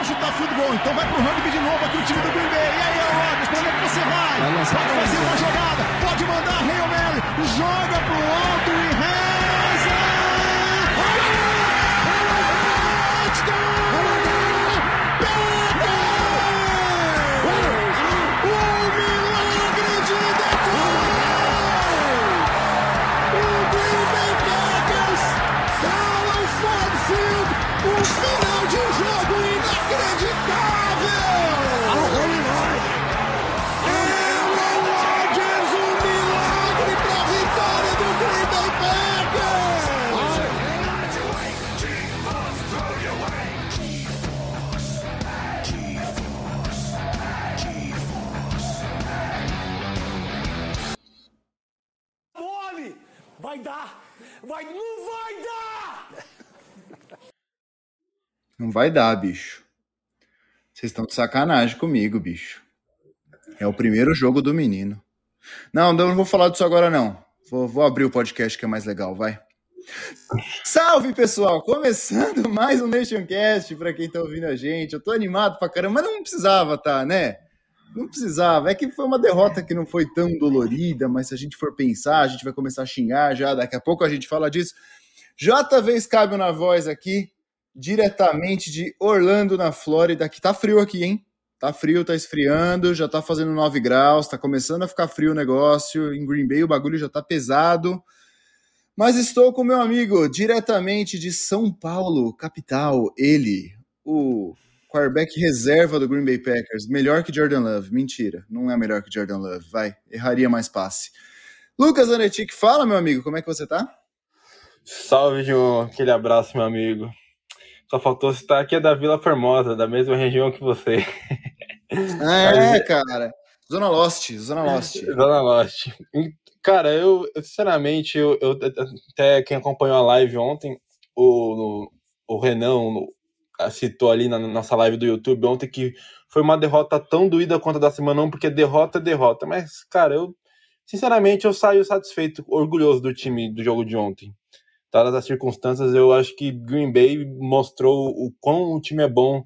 chutar field goal. Então vai pro rugby de novo aqui o time do Green Bay. E aí, Rodgers, pra onde é que você vai? Pode fazer uma jogada, pode mandar Hail Mary, joga pro alto e reza! Final de jogo inacreditável! Aaron Rodgers, milagre para a vitória do Green Bay Packers! Mole! Vai dar! Não vai dar! Não vai dar, bicho. Vocês estão de sacanagem comigo, bicho. É o primeiro jogo do menino. Não vou falar disso agora, não. Vou abrir o podcast que é mais legal, vai. Salve, pessoal! Começando mais um NationCast pra quem tá ouvindo a gente. Eu tô animado pra caramba, mas não precisava, tá, né? Não precisava. É que foi uma derrota que não foi tão dolorida, mas se a gente for pensar, a gente vai começar a xingar já. Daqui a pouco a gente fala disso. JV Scabio na voz aqui. Diretamente de Orlando, na Flórida, que tá frio aqui, hein? Tá frio, tá esfriando, já tá fazendo 9 graus, tá começando a ficar frio o negócio. Em Green Bay o bagulho já tá pesado. Mas estou com meu amigo, diretamente de São Paulo, capital, ele, o quarterback reserva do Green Bay Packers, melhor que Jordan Love. Mentira, não é melhor que Jordan Love, vai, erraria mais passe. Lucas Anetic, fala, meu amigo, como é que você tá? Salve, João, aquele abraço, meu amigo. Só faltou citar aqui é da Vila Formosa, da mesma região que você. Cara. Zona Lost. Zona Lost. Cara, eu sinceramente, eu até quem acompanhou a live ontem, o Renan citou ali na nossa live do YouTube ontem que foi uma derrota tão doída quanto a da semana 1, porque derrota é derrota. Mas, cara, sinceramente, eu saio satisfeito, orgulhoso do time do jogo de ontem. Dadas as circunstâncias, eu acho que Green Bay mostrou o quão o time é bom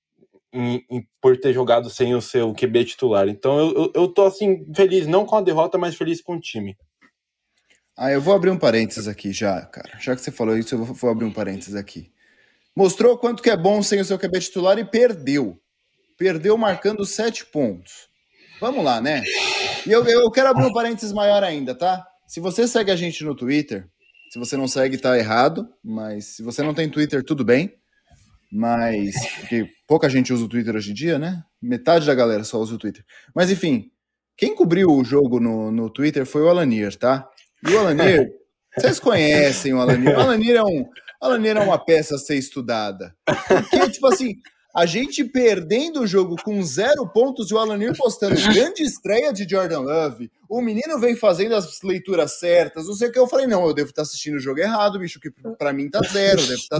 por ter jogado sem o seu QB titular. Então eu tô assim, feliz, não com a derrota, mas feliz com o time. Eu vou abrir um parênteses aqui já, cara. Já que você falou isso, eu vou abrir um parênteses aqui. Mostrou quanto que é bom sem o seu QB titular e perdeu. Perdeu marcando 7 pontos. Vamos lá, né? E eu quero abrir um parênteses maior ainda, tá? Se você segue a gente no Twitter... Se você não segue, tá errado, mas se você não tem Twitter, tudo bem. Mas, porque pouca gente usa o Twitter hoje em dia, né? Metade da galera só usa o Twitter. Mas, enfim, quem cobriu o jogo no Twitter foi o Alanir, tá? E o Alanir, vocês conhecem o Alanir. O Alanir é uma peça a ser estudada. Porque, tipo assim, a gente perdendo o jogo com 0 pontos e o Alanir postando grande estreia de Jordan Love, o menino vem fazendo as leituras certas, não sei o que. Eu falei, não, eu devo estar assistindo o jogo errado, bicho, que pra mim tá 0, deve estar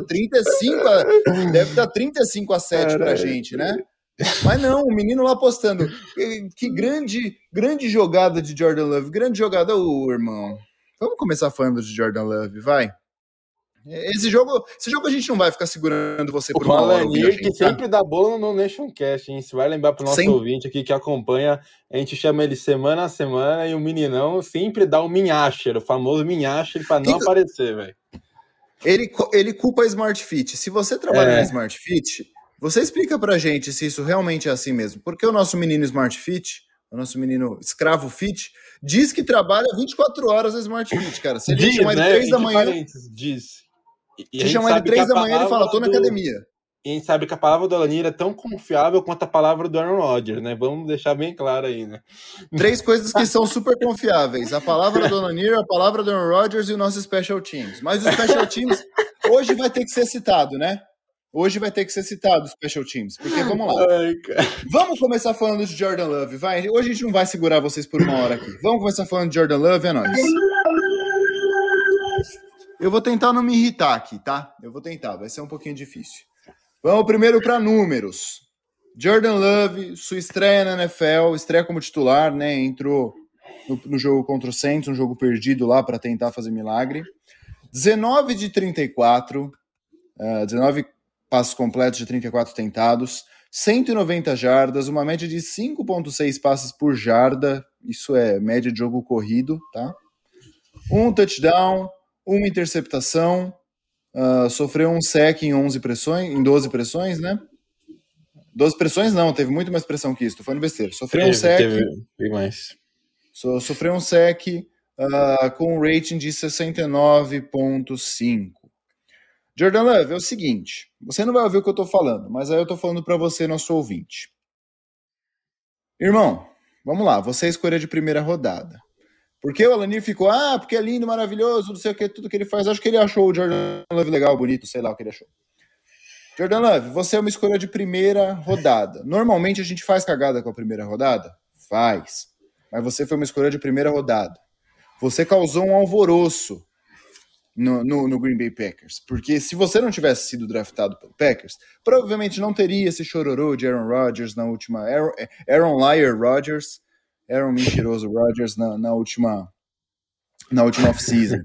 35-7 pra gente, né? Mas não, o menino lá postando, que grande jogada de Jordan Love, grande jogada, irmão. Vamos começar falando de Jordan Love, vai. Esse jogo a gente não vai ficar segurando você por uma hora. O Alanir que sempre dá bola no NationCast, hein? Você vai lembrar pro nosso ouvinte aqui que acompanha, a gente chama ele semana a semana e o meninão sempre dá o Minhasher, o famoso Minhasher pra não aparecer, velho. Ele culpa a Smart Fit. Se você trabalha na Smart Fit, você explica pra gente se isso realmente é assim mesmo. Porque o nosso menino Smart Fit, o nosso menino escravo Fit, diz que trabalha 24 horas na Smart Fit, cara. Se ele chamar ele 3 da manhã... Se chamar ele 3 da manhã, ele fala, tô na academia. E a gente sabe que a palavra do Alanir é tão confiável quanto a palavra do Aaron Rodgers, né? Vamos deixar bem claro aí, né? 3 coisas que são super confiáveis. A palavra do Alanir, a palavra do Aaron Rodgers e o nosso Special Teams. Mas o Special Teams hoje vai ter que ser citado, né? Hoje vai ter que ser citado o Special Teams. Porque vamos lá. Vamos começar falando de Jordan Love, vai? Hoje a gente não vai segurar vocês por uma hora aqui. Vamos começar falando de Jordan Love, é nóis. Eu vou tentar não me irritar aqui, tá? Eu vou tentar, vai ser um pouquinho difícil. Vamos primeiro para números. Jordan Love, sua estreia na NFL, estreia como titular, né? Entrou no jogo contra o Saints, um jogo perdido lá para tentar fazer milagre. 19 de 34, 19 passos completos de 34 tentados, 190 jardas, uma média de 5,6 passes por jarda, isso é média de jogo corrido, tá? Um touchdown, uma interceptação, sofreu um sec em 12 pressões, né? 12 pressões não, teve muito mais pressão que isso, tô falando besteira. Sofreu um sec. Teve mais. Sofreu um sec com um rating de 69,5. Jordan Love, é o seguinte, você não vai ouvir o que eu tô falando, mas aí eu tô falando para você, nosso ouvinte. Irmão, vamos lá, você é a escolha de primeira rodada. Porque o Alanir ficou, porque é lindo, maravilhoso, não sei o que, tudo que ele faz. Acho que ele achou o Jordan Love legal, bonito, sei lá o que ele achou. Jordan Love, você é uma escolha de primeira rodada. Normalmente a gente faz cagada com a primeira rodada? Faz. Mas você foi uma escolha de primeira rodada. Você causou um alvoroço no Green Bay Packers. Porque se você não tivesse sido draftado pelo Packers, provavelmente não teria esse chororô de Aaron Rodgers na última... Aaron Liar Rodgers... Aaron Mentiroso Rodgers na última off-season.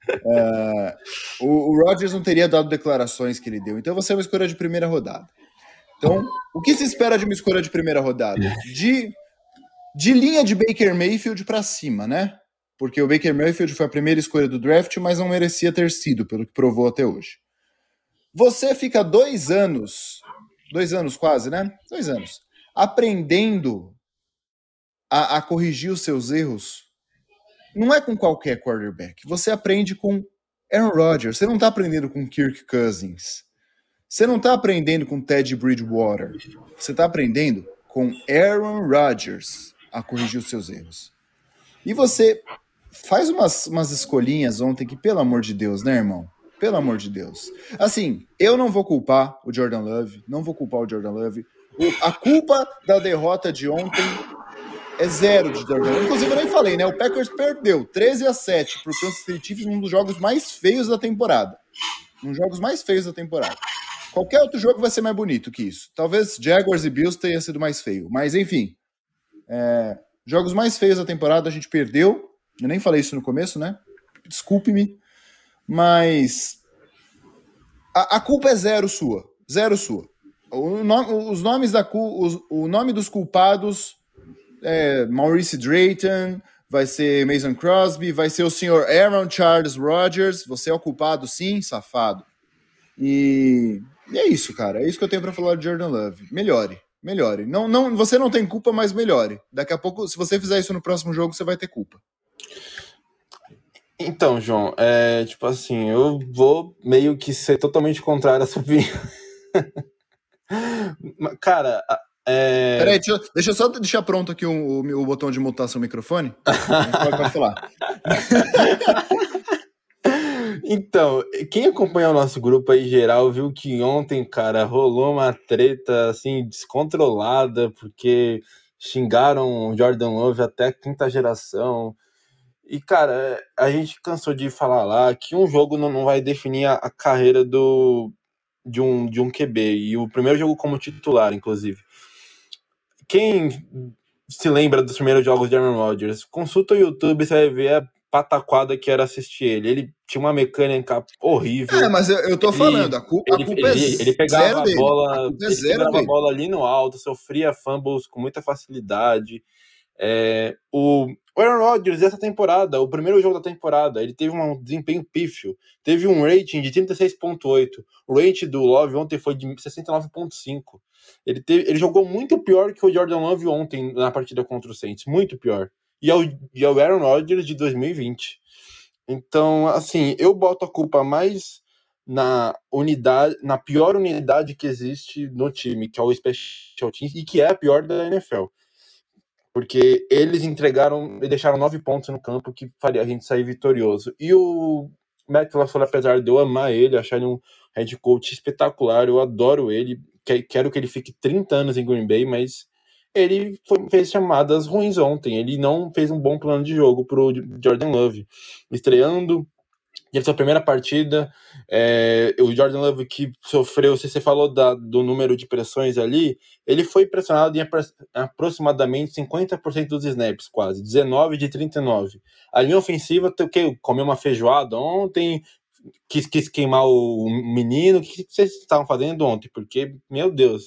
O Rodgers não teria dado declarações que ele deu. Então você é uma escolha de primeira rodada. Então, o que se espera de uma escolha de primeira rodada? De linha de Baker Mayfield para cima, né? Porque o Baker Mayfield foi a primeira escolha do draft, mas não merecia ter sido, pelo que provou até hoje. Você fica 2 anos quase, né? 2 anos, aprendendo a corrigir os seus erros. Não é com qualquer quarterback. Você aprende com Aaron Rodgers. Você não está aprendendo com Kirk Cousins. Você não está aprendendo com Teddy Bridgewater. Você está aprendendo com Aaron Rodgers a corrigir os seus erros. E você faz umas escolhinhas ontem que, pelo amor de Deus, né, irmão? Pelo amor de Deus. Assim, eu não vou culpar o Jordan Love. A culpa da derrota de ontem é zero de Jordan Love. Inclusive, eu nem falei, né? O Packers perdeu 13-7 pro Kansas City Chiefs, um dos jogos mais feios da temporada. Qualquer outro jogo vai ser mais bonito que isso. Talvez Jaguars e Bills tenha sido mais feio. Mas, enfim. Jogos mais feios da temporada a gente perdeu. Eu nem falei isso no começo, né? Desculpe-me. Mas a culpa é zero sua. O nome dos culpados é Maurice Drayton, vai ser Mason Crosby, vai ser o senhor Aaron Charles Rodgers. Você é o culpado, sim, safado. E é isso, cara. É isso que eu tenho pra falar de Jordan Love. Melhore. Não, você não tem culpa, mas melhore. Daqui a pouco, se você fizer isso no próximo jogo, você vai ter culpa. Então, João, tipo assim, eu vou meio que ser totalmente contrário a sua opinião. Cara, Peraí, deixa eu só deixar pronto aqui o botão de mutar seu microfone. Pode falar. Então, quem acompanha o nosso grupo aí geral viu que ontem, cara, rolou uma treta assim descontrolada, porque xingaram o Jordan Love até a 5ª geração. E, cara, a gente cansou de falar lá que um jogo não vai definir a carreira de um QB. E o primeiro jogo como titular, inclusive. Quem se lembra dos primeiros jogos de Aaron Rodgers, consulta o YouTube, você vai ver a pataquada que era assistir ele. Ele tinha uma mecânica horrível. Mas eu tô falando, a culpa ele pegava zero a bola, dele. ele pegava a bola ali no alto, sofria fumbles com muita facilidade. O Aaron Rodgers dessa temporada, o primeiro jogo da temporada, ele teve um desempenho pífio, teve um rating de 36,8. O rating do Love ontem foi de 69,5. Ele jogou muito pior que o Jordan Love ontem na partida contra o Saints, muito pior. E é o Aaron Rodgers de 2020. Então, assim, eu boto a culpa mais na pior unidade que existe no time, que é o Special Teams, e que é a pior da NFL. Porque eles entregaram e deixaram 9 pontos no campo que faria a gente sair vitorioso. E o Matt LaFleur, apesar de eu amar ele, achar ele um head coach espetacular, eu adoro ele, quero que ele fique 30 anos em Green Bay, mas ele fez chamadas ruins ontem. Ele não fez um bom plano de jogo pro Jordan Love. Estreando na sua primeira partida, o Jordan Love que sofreu, se você falou do número de pressões ali, ele foi pressionado em aproximadamente 50% dos snaps, quase, 19 de 39. A linha ofensiva comeu uma feijoada ontem, quis queimar o menino. O que vocês estavam fazendo ontem? Porque, meu Deus,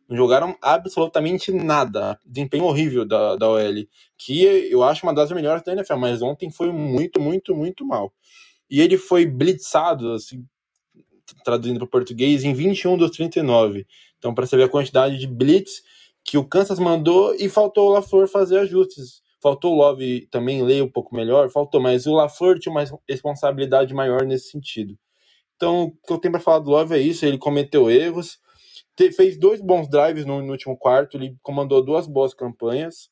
Não jogaram absolutamente nada. Desempenho horrível da OL, que eu acho uma das melhores da NFL, mas ontem foi muito, muito, muito mal. E ele foi blitzado, assim, traduzindo para o português, em 21 dos 39. Então, para você ver a quantidade de blitz que o Kansas mandou, e faltou o LaFleur fazer ajustes. Faltou o Love também ler um pouco melhor, mas o LaFleur tinha uma responsabilidade maior nesse sentido. Então, o que eu tenho para falar do Love é isso, ele cometeu erros, fez 2 bons drives no último quarto, ele comandou 2 boas campanhas,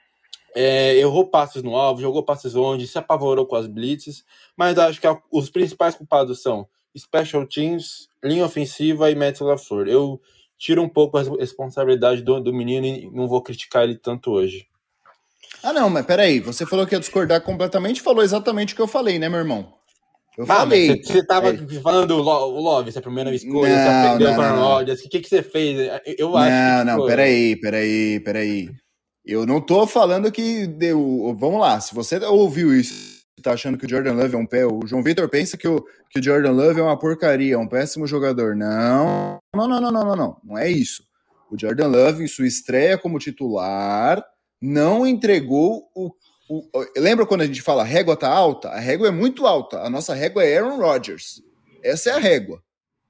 errou passes no alvo, jogou passes longe, se apavorou com as blitzes, mas acho que os principais culpados são Special Teams, linha ofensiva e Matt LaFleur. Eu tiro um pouco a responsabilidade do menino e não vou criticar ele tanto hoje. Ah, não, mas peraí, você falou que ia discordar completamente, falou exatamente o que eu falei, né, meu irmão? Eu falei. Você tava falando o Love, essa primeira escolha, você aprendeu com a Rodgers, o que você fez? Eu acho que... Não, peraí. Eu não tô falando que deu... Vamos lá, se você ouviu isso, tá achando que o Jordan Love é um pé... O João Vitor pensa que o Jordan Love é uma porcaria, é um péssimo jogador. Não. Não é isso. O Jordan Love, em sua estreia como titular, não entregou lembra quando a gente fala a régua tá alta? A régua é muito alta. A nossa régua é Aaron Rodgers. Essa é a régua.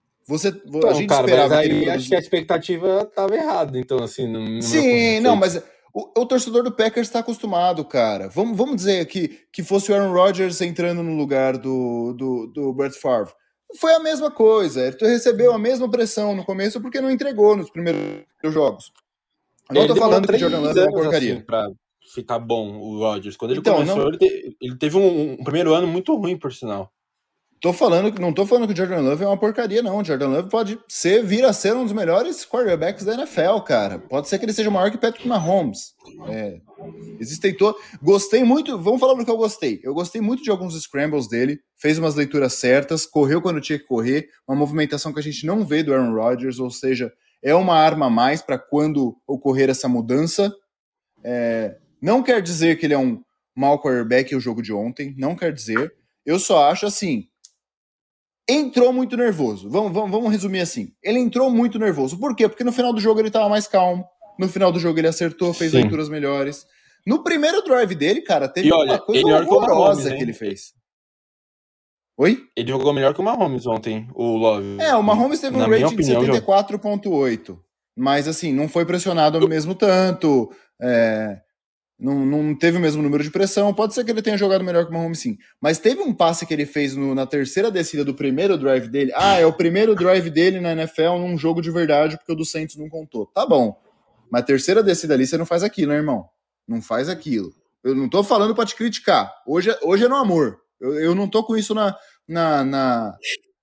A gente esperava mas aí acho que a expectativa estava errada. Então, assim... Sim, não, mas o torcedor do Packers está acostumado, cara. Vamos dizer que fosse o Aaron Rodgers entrando no lugar do Brett Favre. Foi a mesma coisa. Ele recebeu a mesma pressão no começo porque não entregou nos primeiros jogos. Eu não tô falando que o Jordan Love é uma porcaria. Assim, pra ficar bom, o Rodgers. Quando ele começou, ele teve um primeiro ano muito ruim, por sinal. Não tô falando que o Jordan Love é uma porcaria, não. O Jordan Love pode vir a ser um dos melhores quarterbacks da NFL, cara. Pode ser que ele seja maior que Patrick Mahomes. Existem Gostei muito, vamos falar do que eu gostei. Eu gostei muito de alguns scrambles dele, fez umas leituras certas, correu quando tinha que correr, uma movimentação que a gente não vê do Aaron Rodgers, ou seja, é uma arma a mais para quando ocorrer essa mudança. Não quer dizer que ele é um mau quarterback o jogo de ontem, não quer dizer. Eu só acho assim, entrou muito nervoso. Vamos resumir assim. Ele entrou muito nervoso. Por quê? Porque no final do jogo ele estava mais calmo. No final do jogo ele acertou, fez leituras melhores. No primeiro drive dele, cara, teve uma coisa horrorosa que ele fez. Oi? Ele jogou melhor que o Mahomes ontem, o Love. O Mahomes teve um rating de 74,8. Mas assim, não foi pressionado mesmo tanto. Não teve o mesmo número de pressão. Pode ser que ele tenha jogado melhor que o Mahomes, sim. Mas teve um passe que ele fez na terceira descida do primeiro drive dele. É o primeiro drive dele na NFL num jogo de verdade, porque o do Saints não contou. Tá bom. Mas a terceira descida ali, você não faz aquilo, né, irmão? Não faz aquilo. Eu não tô falando pra te criticar. Hoje é no amor. Eu não tô com isso na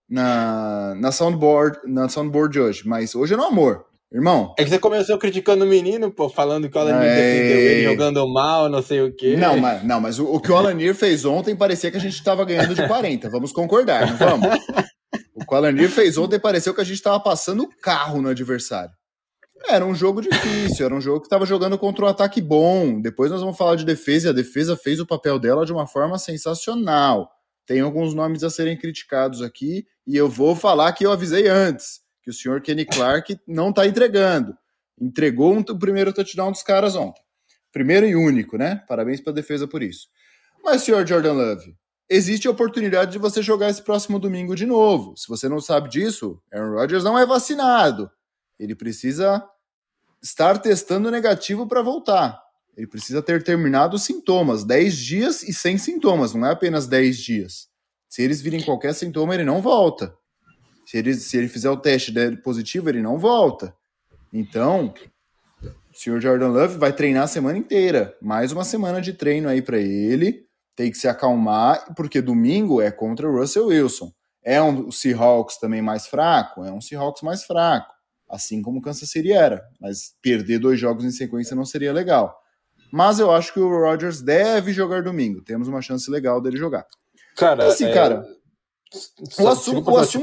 soundboard de hoje. Mas hoje é no amor. Irmão. É que você começou criticando o menino, pô, falando que o Alanir defendeu ele jogando mal, não sei o quê. Não, mas o que o Alanir fez ontem parecia que a gente tava ganhando de 40. Vamos concordar, não vamos? O que o Alanir fez ontem pareceu que a gente tava passando o carro no adversário. Era um jogo difícil, era um jogo que tava jogando contra um ataque bom. Depois nós vamos falar de defesa, e a defesa fez o papel dela de uma forma sensacional. Tem alguns nomes a serem criticados aqui, e eu vou falar que eu avisei antes, que o senhor Kenny Clark não tá entregando. Entregou o primeiro touchdown dos caras ontem. Primeiro e único, né? Parabéns pra defesa por isso. Mas, senhor Jordan Love, existe a oportunidade de você jogar esse próximo domingo de novo. Se você não sabe disso, Aaron Rodgers não é vacinado. Ele precisa estar testando negativo para voltar. Ele precisa ter terminado os sintomas. 10 dias e sem sintomas, não é apenas 10 dias. Se eles virem qualquer sintoma, ele não volta. Se ele fizer o teste der positivo, ele não volta. Então, o senhor Jordan Love vai treinar a semana inteira. Mais uma semana de treino aí para ele. Tem que se acalmar, porque domingo é contra o Russell Wilson. É um Seahawks também mais fraco? É um Seahawks mais fraco. Assim como o Kansas City era. Mas perder 2 jogos em sequência não seria legal. Mas eu acho que o Rodgers deve jogar domingo. Temos uma chance legal dele jogar. Cara, assim, o assunto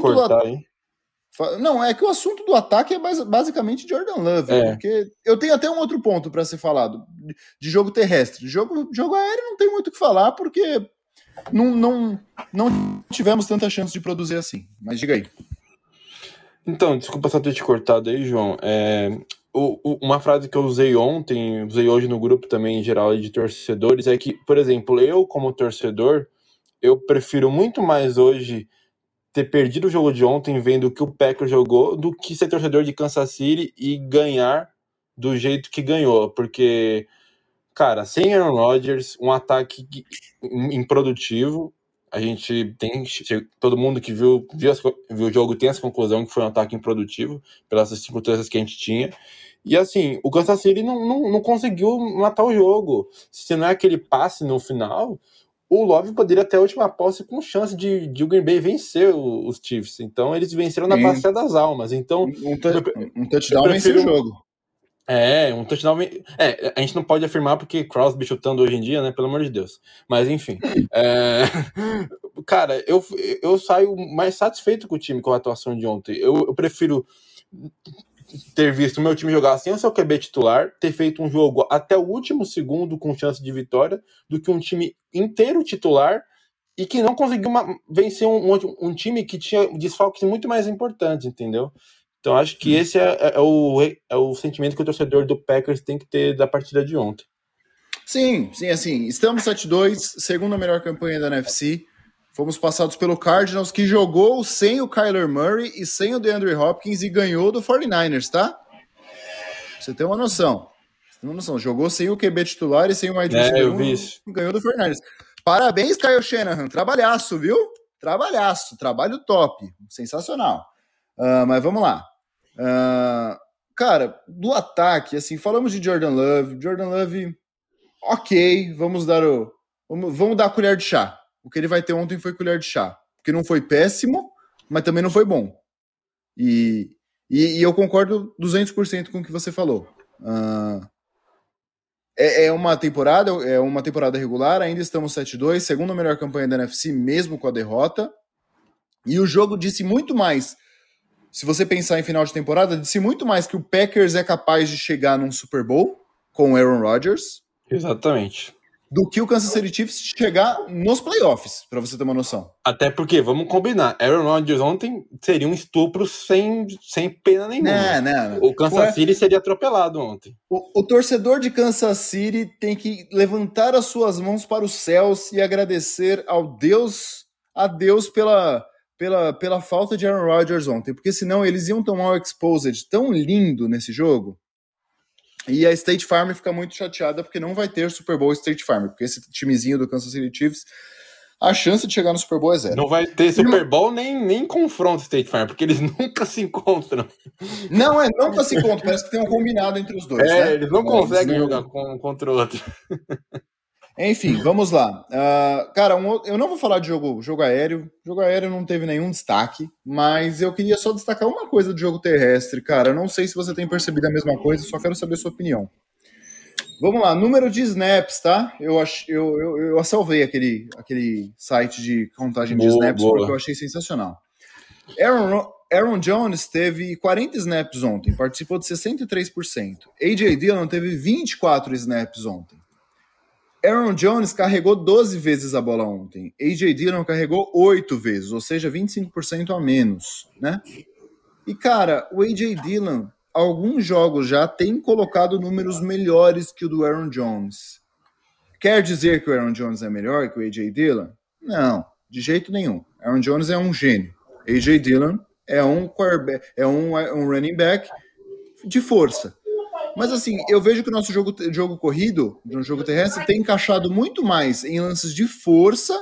não, é que o assunto do ataque é basicamente Jordan Love, porque eu tenho até um outro ponto para ser falado, de jogo terrestre. Jogo aéreo não tem muito o que falar, porque não tivemos tanta chance de produzir assim. Mas diga aí. Então, desculpa só ter te cortado aí, João. Uma frase que eu usei ontem, usei hoje no grupo também, em geral, de torcedores, é que, por exemplo, eu, como torcedor, eu prefiro muito mais hoje ter perdido o jogo de ontem vendo o que o Packers jogou do que ser torcedor de Kansas City e ganhar do jeito que ganhou. Porque, cara, sem Aaron Rodgers, um ataque improdutivo, a gente tem... Todo mundo que viu o jogo tem essa conclusão que foi um ataque improdutivo pelas circunstâncias que a gente tinha. E assim, o Kansas City não conseguiu matar o jogo. Se não é aquele passe no final, o Love poderia ter a última posse com chance de o Green Bay vencer os Chiefs. Então eles venceram na bacia das almas. Então um touchdown venceu o jogo. Um touchdown. A gente não pode afirmar porque Crosby chutando hoje em dia, né? Pelo amor de Deus. Mas enfim. Cara, eu saio mais satisfeito com o time, com a atuação de ontem. Eu prefiro ter visto o meu time jogar sem o seu QB titular, ter feito um jogo até o último segundo com chance de vitória, do que um time inteiro titular e que não conseguiu vencer um time que tinha desfalques muito mais importantes, entendeu? Então acho que esse é o sentimento que o torcedor do Packers tem que ter da partida de ontem. Sim, assim, estamos 7-2, segunda melhor campanha da NFC. Fomos passados pelo Cardinals, que jogou sem o Kyler Murray e sem o DeAndre Hopkins e ganhou do 49ers, tá? Você tem uma noção. Jogou sem o QB titular e sem o wide receiver e ganhou do 49ers. Parabéns, Kyle Shanahan. Trabalhaço, viu? Trabalhaço. Trabalho top. Sensacional. Mas vamos lá. Cara, do ataque, assim, falamos de Jordan Love. Jordan Love, ok, vamos dar a colher de chá. O que ele vai ter ontem foi colher de chá. Porque não foi péssimo, mas também não foi bom. E eu concordo 200% com o que você falou. É uma temporada regular, ainda estamos 7-2, segunda melhor campanha da NFC, mesmo com a derrota. E o jogo disse muito mais. Se você pensar em final de temporada, disse muito mais que o Packers é capaz de chegar num Super Bowl com o Aaron Rodgers. Exatamente. Do que o Kansas City Chiefs chegar nos playoffs, pra você ter uma noção. Até porque, vamos combinar, Aaron Rodgers ontem seria um estupro sem pena nenhuma. Não. O Kansas City seria atropelado ontem. O torcedor de Kansas City tem que levantar as suas mãos para os céus e agradecer a Deus pela falta de Aaron Rodgers ontem, porque senão eles iam tomar um exposed tão lindo nesse jogo. E a State Farm fica muito chateada porque não vai ter Super Bowl State Farm, porque esse timezinho do Kansas City Chiefs, a chance de chegar no Super Bowl é zero. Não vai ter Super Bowl nem confronto State Farm, porque eles nunca se encontram. Nunca se encontram, parece que tem um combinado entre os dois. Né? Eles não conseguem jogar contra o outro. Enfim, vamos lá. Cara, eu não vou falar de jogo aéreo. Jogo aéreo não teve nenhum destaque, mas eu queria só destacar uma coisa do jogo terrestre, cara. Eu não sei se você tem percebido a mesma coisa, só quero saber a sua opinião. Vamos lá, número de snaps, tá? Eu salvei aquele site de contagem de snaps porque eu achei sensacional. Aaron Jones teve 40 snaps ontem, participou de 63%. A.J. Dillon teve 24 snaps ontem. Aaron Jones carregou 12 vezes a bola ontem. A.J. Dillon carregou 8 vezes, ou seja, 25% a menos, né? E, cara, o A.J. Dillon, alguns jogos já tem colocado números melhores que o do Aaron Jones. Quer dizer que o Aaron Jones é melhor que o A.J. Dillon? Não, de jeito nenhum. Aaron Jones é um gênio. A.J. Dillon é um running back de força. Mas assim, eu vejo que o nosso jogo corrido, no jogo terrestre, tem encaixado muito mais em lances de força,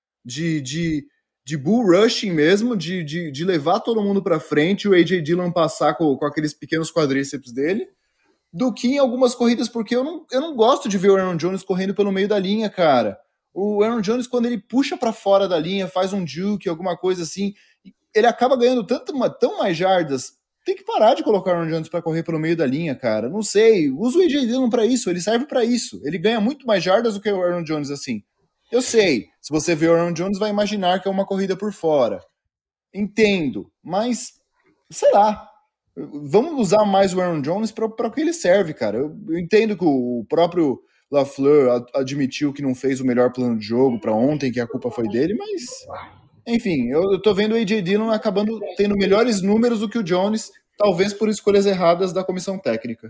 de bull rushing mesmo, de levar todo mundo para frente, o A.J. Dillon passar com aqueles pequenos quadríceps dele, do que em algumas corridas, porque eu não gosto de ver o Aaron Jones correndo pelo meio da linha, cara. O Aaron Jones, quando ele puxa para fora da linha, faz um juke, alguma coisa assim, ele acaba ganhando tão mais jardas. Tem que parar de colocar o Aaron Jones para correr pelo meio da linha, cara. Não sei. Usa o A.J. Dillon para isso. Ele serve para isso. Ele ganha muito mais jardas do que o Aaron Jones assim. Eu sei. Se você vê o Aaron Jones, vai imaginar que é uma corrida por fora. Entendo. Mas, sei lá. Vamos usar mais o Aaron Jones para o que ele serve, cara. Eu entendo que o próprio LaFleur admitiu que não fez o melhor plano de jogo para ontem, que a culpa foi dele, mas... Enfim, eu tô vendo o A.J. Dillon acabando tendo melhores números do que o Jones, talvez por escolhas erradas da comissão técnica.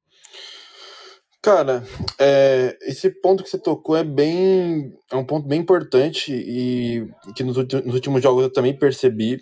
Cara, esse ponto que você tocou é um ponto bem importante e que nos últimos jogos eu também percebi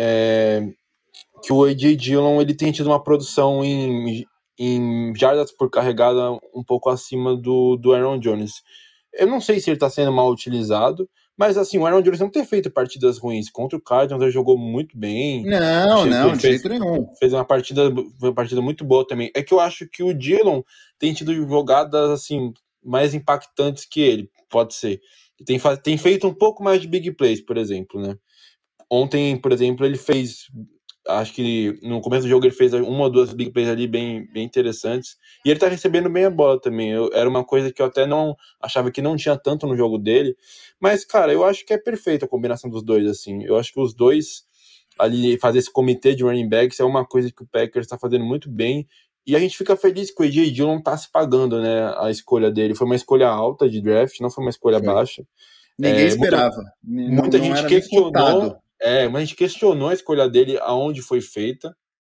que o A.J. Dillon ele tem tido uma produção em jardas por carregada um pouco acima do Aaron Jones. Eu não sei se ele está sendo mal utilizado, mas assim, o Aaron Jones não tem feito partidas ruins. Contra o Cardinals ele jogou muito bem. Não, de jeito nenhum. Fez uma partida muito boa também. É que eu acho que o Dillon tem tido jogadas assim mais impactantes que ele, pode ser. Tem feito um pouco mais de big plays, por exemplo, né? Ontem, por exemplo, ele fez, acho que no começo do jogo ele fez uma ou duas big plays ali bem interessantes, e ele tá recebendo bem a bola também. Era uma coisa que eu até não achava que não tinha tanto no jogo dele, mas cara, eu acho que é perfeita a combinação dos dois, assim. Eu acho que os dois ali, fazer esse comitê de running backs é uma coisa que o Packers tá fazendo muito bem, e a gente fica feliz que o A.J. Dillon tá se pagando, né, a escolha dele. Foi uma escolha alta de draft, não foi uma escolha baixa. Ninguém esperava. Muita gente questionou. Mas a gente questionou a escolha dele, aonde foi feita.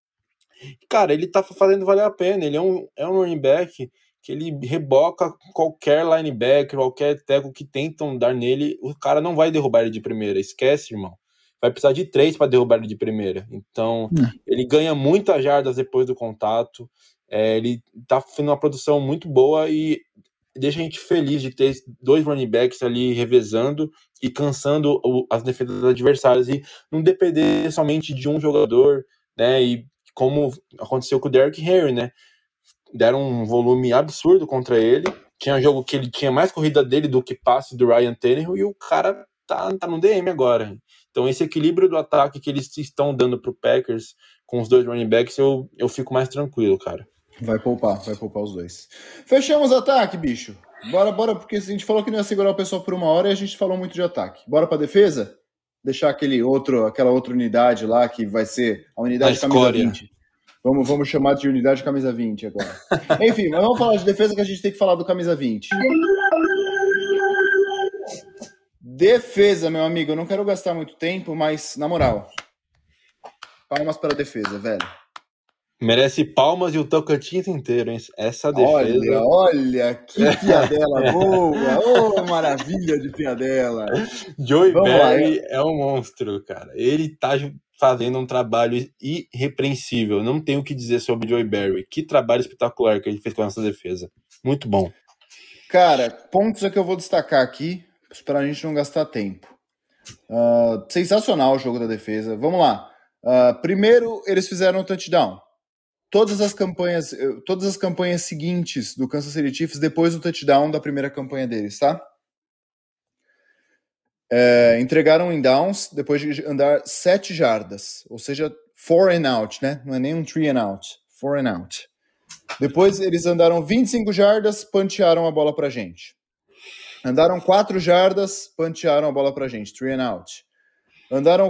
Cara, ele tá fazendo valer a pena. Ele é um running back que ele reboca qualquer linebacker, qualquer tackle que tentam dar nele. O cara não vai derrubar ele de primeira. Esquece, irmão. Vai precisar de 3 para derrubar ele de primeira. Então, ele ganha muitas jardas depois do contato. Ele tá fazendo uma produção muito boa e deixa a gente feliz de ter 2 running backs ali revezando e cansando as defesas adversárias e não depender somente de um jogador, né? E como aconteceu com o Derrick Henry, né? Deram um volume absurdo contra ele. Tinha jogo que ele tinha mais corrida dele do que passe do Ryan Tannehill e o cara tá no DM agora. Então esse equilíbrio do ataque que eles estão dando pro Packers com os 2 running backs, eu fico mais tranquilo, cara. Vai poupar os dois. Fechamos o ataque, bicho. Bora, porque a gente falou que não ia segurar o pessoal por 1 hora e a gente falou muito de ataque. Bora pra defesa? Deixar aquela outra unidade lá que vai ser a unidade de camisa 20. Vamos chamar de unidade de camisa 20 agora. Enfim, mas vamos falar de defesa que a gente tem que falar do camisa 20. Defesa, meu amigo, eu não quero gastar muito tempo, mas na moral, palmas para a defesa, velho. Merece palmas e o Tocantins inteiro, hein? Essa defesa... Olha, que piadela boa! Maravilha de piadela! Joey Barry é um monstro, cara. Ele tá fazendo um trabalho irrepreensível. Não tenho o que dizer sobre Joey Barry. Que trabalho espetacular que ele fez com essa defesa. Muito bom. Cara, pontos é que eu vou destacar aqui, para a gente não gastar tempo. Sensacional o jogo da defesa. Vamos lá. Primeiro, eles fizeram um touchdown. Todas as campanhas seguintes do Kansas City Chiefs depois do touchdown da primeira campanha deles, tá? Entregaram em downs depois de andar 7 jardas, ou seja, 4 and out, né? Não é nem um 3 and out, 4 and out. Depois eles andaram 25 jardas, puntearam a bola pra gente. Andaram 4 jardas, puntearam a bola pra gente, 3 and out. Andaram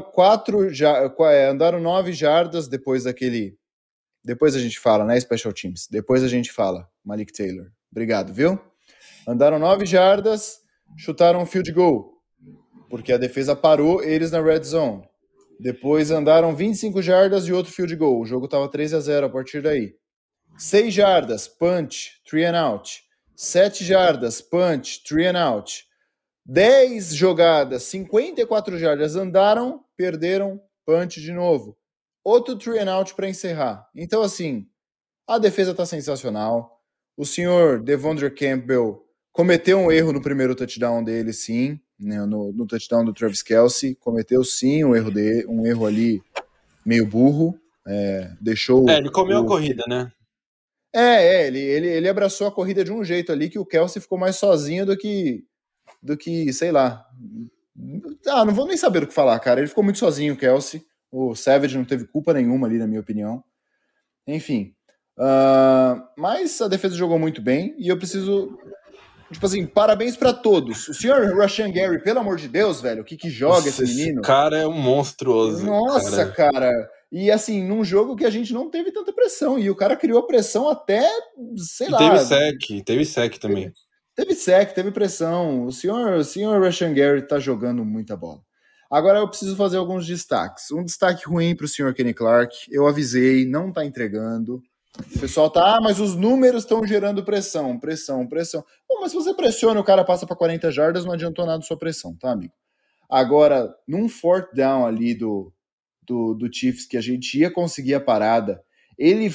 9 jardas depois daquele... Depois a gente fala, né, Special Teams? Depois a gente fala, Malik Taylor. Obrigado, viu? Andaram 9 jardas, chutaram um field goal, porque a defesa parou eles na red zone. Depois andaram 25 jardas e outro field goal. O jogo estava 3-0 a partir daí. 6 jardas, punch, 3 and out. 7 jardas, punch, 3 and out. 10 jogadas, 54 jardas andaram, perderam, punch de novo. Outro 3 and out para encerrar. Então, assim, a defesa está sensacional. O senhor Devondre Campbell cometeu um erro no primeiro touchdown dele, sim. Né, no touchdown do Travis Kelce. Cometeu, sim, um erro ali meio burro. Deixou... ele comeu a corrida, né? Ele abraçou a corrida de um jeito ali que o Kelce ficou mais sozinho do que, sei lá... não vou nem saber o que falar, cara. Ele ficou muito sozinho, o Kelce. O Savage não teve culpa nenhuma ali, na minha opinião. Enfim. Mas a defesa jogou muito bem. E eu preciso... Tipo assim, parabéns pra todos. O senhor Rashan Gary, pelo amor de Deus, velho. O que joga esse menino? Esse cara é um monstruoso. Nossa, cara. E assim, num jogo que a gente não teve tanta pressão. E o cara criou pressão até, sei lá... Teve sec também. Teve pressão. O senhor Rashan Gary tá jogando muita bola. Agora eu preciso fazer alguns destaques. Um destaque ruim para o senhor Kenny Clark. Eu avisei, não está entregando. O pessoal tá, mas os números estão gerando pressão. Bom, mas se você pressiona, o cara passa para 40 jardas, não adiantou nada sua pressão, tá, amigo? Agora, num fourth down ali do Chiefs, que a gente ia conseguir a parada, ele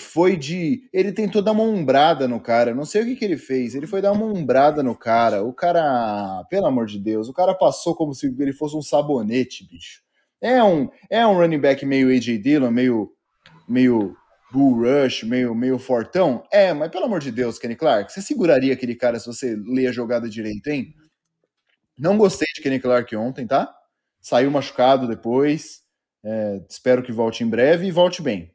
tentou dar uma umbrada no cara, não sei o que ele fez, ele foi dar uma umbrada no cara, o cara, pelo amor de Deus, o cara passou como se ele fosse um sabonete, bicho. É um running back meio A.J. Dillon, meio Bull Rush, meio fortão? Mas pelo amor de Deus, Kenny Clark, você seguraria aquele cara se você lê a jogada direito, hein? Não gostei de Kenny Clark ontem, tá? Saiu machucado depois, espero que volte em breve e volte bem.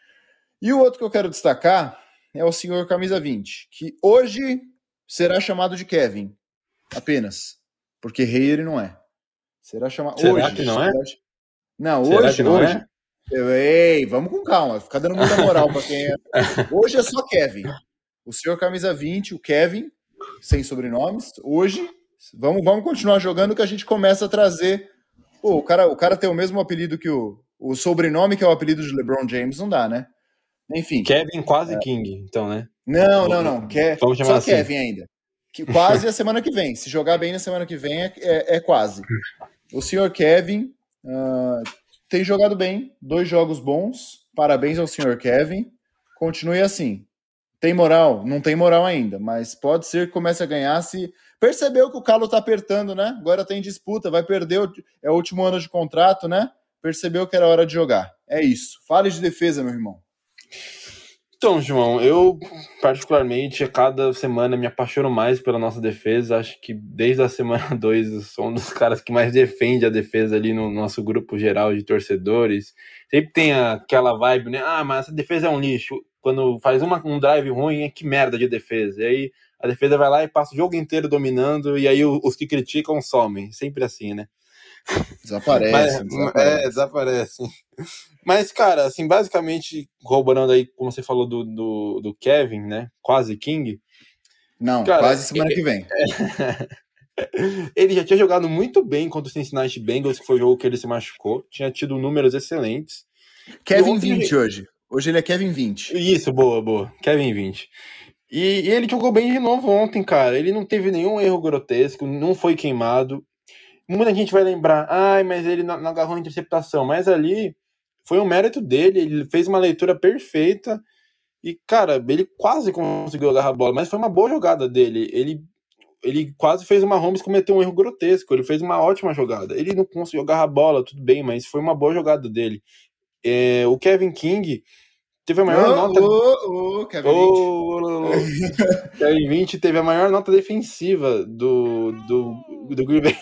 E o outro que eu quero destacar é o senhor camisa 20, que hoje será chamado de Kevin, apenas, porque rei ele não é. Será chamado Será hoje. Que não é? Não, Será hoje. Que não hoje. É? Ei, vamos com calma, fica dando muita moral para quem é. Hoje é só Kevin. O senhor camisa 20, o Kevin, sem sobrenomes, hoje. Vamos continuar jogando que a gente começa a trazer. Pô, o cara tem o mesmo apelido que o sobrenome, que é o apelido de LeBron James, não dá, né? Enfim. Kevin quase King, então, né? Não. Vamos chamar só assim. Kevin ainda. Quase a semana que vem. Se jogar bem na semana que vem, é quase. O senhor Kevin tem jogado bem, 2 jogos bons. Parabéns ao senhor Kevin. Continue assim. Tem moral? Não tem moral ainda, mas pode ser que comece a ganhar se percebeu que o calo tá apertando, né? Agora tem disputa, vai perder, é o último ano de contrato, né? Percebeu que era hora de jogar. É isso. Fale de defesa, meu irmão. Então, João, eu particularmente a cada semana me apaixono mais pela nossa defesa. Acho que desde a semana 2 sou um dos caras que mais defende a defesa ali no nosso grupo geral de torcedores. Sempre tem aquela vibe, né? Mas essa defesa é um lixo. Quando faz um drive ruim, que merda de defesa. E aí a defesa vai lá e passa o jogo inteiro dominando, e aí os que criticam somem. Sempre assim, né? Desaparecem. Mas, cara, assim, basicamente, corroborando aí, como você falou do Kevin, né? Quase King. Não, cara, quase semana que vem. Ele já tinha jogado muito bem contra o Cincinnati Bengals, que foi o jogo que ele se machucou. Tinha tido números excelentes. Kevin 20 hoje. Hoje ele é Kevin 20. Isso, boa. Kevin 20. E ele jogou bem de novo ontem, cara. Ele não teve nenhum erro grotesco, não foi queimado. Muita gente vai lembrar, mas ele não agarrou a interceptação. Mas ali foi um mérito dele, ele fez uma leitura perfeita. E, cara, ele quase conseguiu agarrar a bola, mas foi uma boa jogada dele. Ele quase fez uma Mahomes cometer um erro grotesco. Ele fez uma ótima jogada. Ele não conseguiu agarrar a bola, tudo bem, mas foi uma boa jogada dele. O Kevin King teve a maior nota... Kevin 20 teve a maior nota defensiva do Green Bay.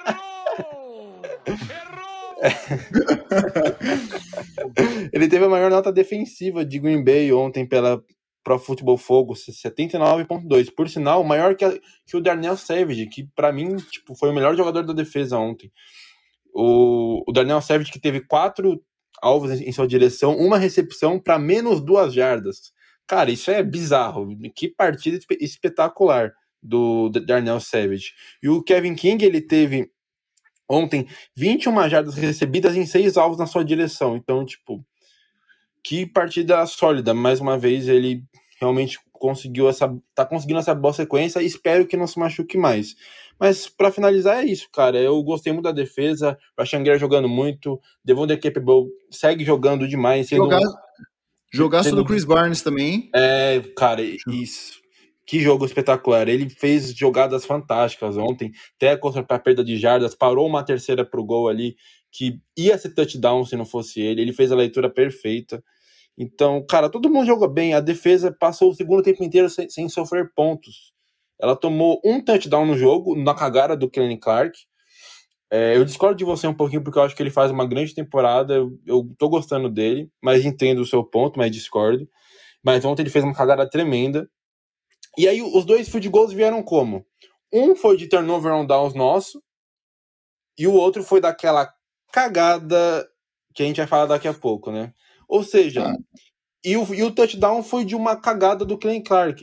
Ele teve a maior nota defensiva de Green Bay ontem pela Pro Football Focus, 79.2. Por sinal, maior que o Darnell Savage, que pra mim foi o melhor jogador da defesa ontem. O Darnell Savage, que teve 4 alvos em sua direção, uma recepção para menos 2 jardas. Cara, isso é bizarro. Que partida espetacular do Darnell Savage. E o Kevin King, ele teve ontem 21 jardas recebidas em 6 alvos na sua direção. Então, que partida sólida. Mais uma vez, ele realmente tá conseguindo essa boa sequência. Espero que não se machuque mais. Mas, para finalizar, é isso, cara. Eu gostei muito da defesa. O Rashan Gary jogando muito. Devontae Capable segue jogando demais. Jogaço do Chris Barnes também. Cara, isso. Que jogo espetacular. Ele fez jogadas fantásticas ontem. Tackle para perda de jardas. Parou uma terceira pro gol ali, que ia ser touchdown se não fosse ele. Ele fez a leitura perfeita. Então, cara, todo mundo jogou bem. A defesa passou o segundo tempo inteiro sem sofrer pontos. Ela tomou um touchdown no jogo, na cagada do Kenny Clark. Eu discordo de você um pouquinho, porque eu acho que ele faz uma grande temporada. Eu tô gostando dele, mas entendo o seu ponto, mas discordo. Mas ontem ele fez uma cagada tremenda. E aí os 2 field goals vieram como? Um foi de turnover on downs nosso, e o outro foi daquela cagada que a gente vai falar daqui a pouco, né? Ou seja, e o touchdown foi de uma cagada do Kenny Clark.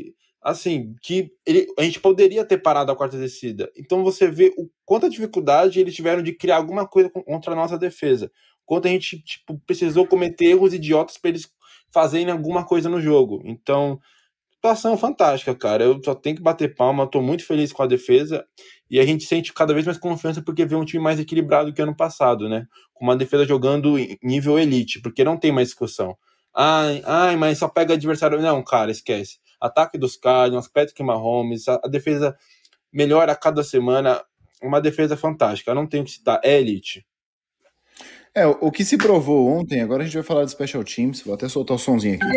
assim, que a gente poderia ter parado a quarta descida. Então você vê o quanta dificuldade eles tiveram de criar alguma coisa contra a nossa defesa. Quanto a gente precisou cometer erros idiotas para eles fazerem alguma coisa no jogo. Então, situação fantástica, cara. Eu só tenho que bater palma, tô muito feliz com a defesa e a gente sente cada vez mais confiança porque vê um time mais equilibrado que ano passado, né? Com uma defesa jogando em nível elite, porque não tem mais discussão. Mas só pega adversário. Não, cara, esquece. Ataque dos Cardinals, Patrick Mahomes, a defesa melhora a cada semana. Uma defesa fantástica. Eu não tenho que citar, é elite. O que se provou ontem, agora a gente vai falar de Special Teams, vou até soltar o sonzinho aqui.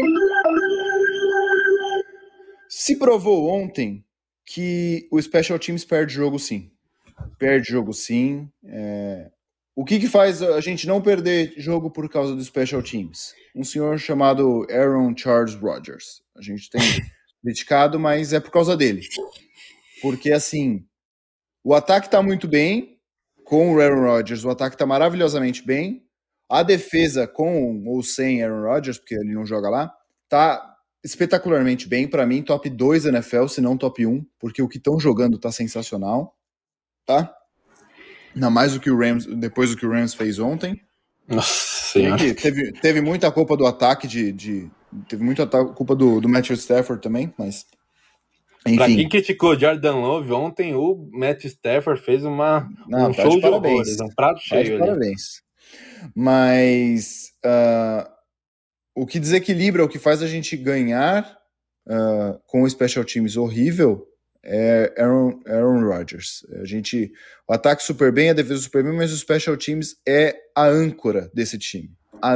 Se provou ontem que o Special Teams perde jogo sim. Perde jogo sim. O que faz a gente não perder jogo por causa do Special Teams? Um senhor chamado Aaron Charles Rodgers. A gente tem criticado, mas é por causa dele. Porque, assim, o ataque tá muito bem com o Aaron Rodgers, o ataque tá maravilhosamente bem. A defesa com ou sem Aaron Rodgers, porque ele não joga lá, tá espetacularmente bem. Para mim, top 2 NFL, se não top 1, porque o que estão jogando tá sensacional, tá? Ainda mais do que o Rams, depois do que o Rams fez ontem. Nossa senhora. Teve muita culpa do ataque teve muita culpa do Matthew Stafford também, mas enfim. Pra quem criticou Jordan Love ontem, o Matthew Stafford fez um show de horrores, um prato cheio ali. Parabéns. Mas o que desequilibra, o que faz a gente ganhar com o Special Teams horrível é Aaron Rodgers. O ataque super bem, a defesa super bem, mas o Special Teams é a âncora desse time.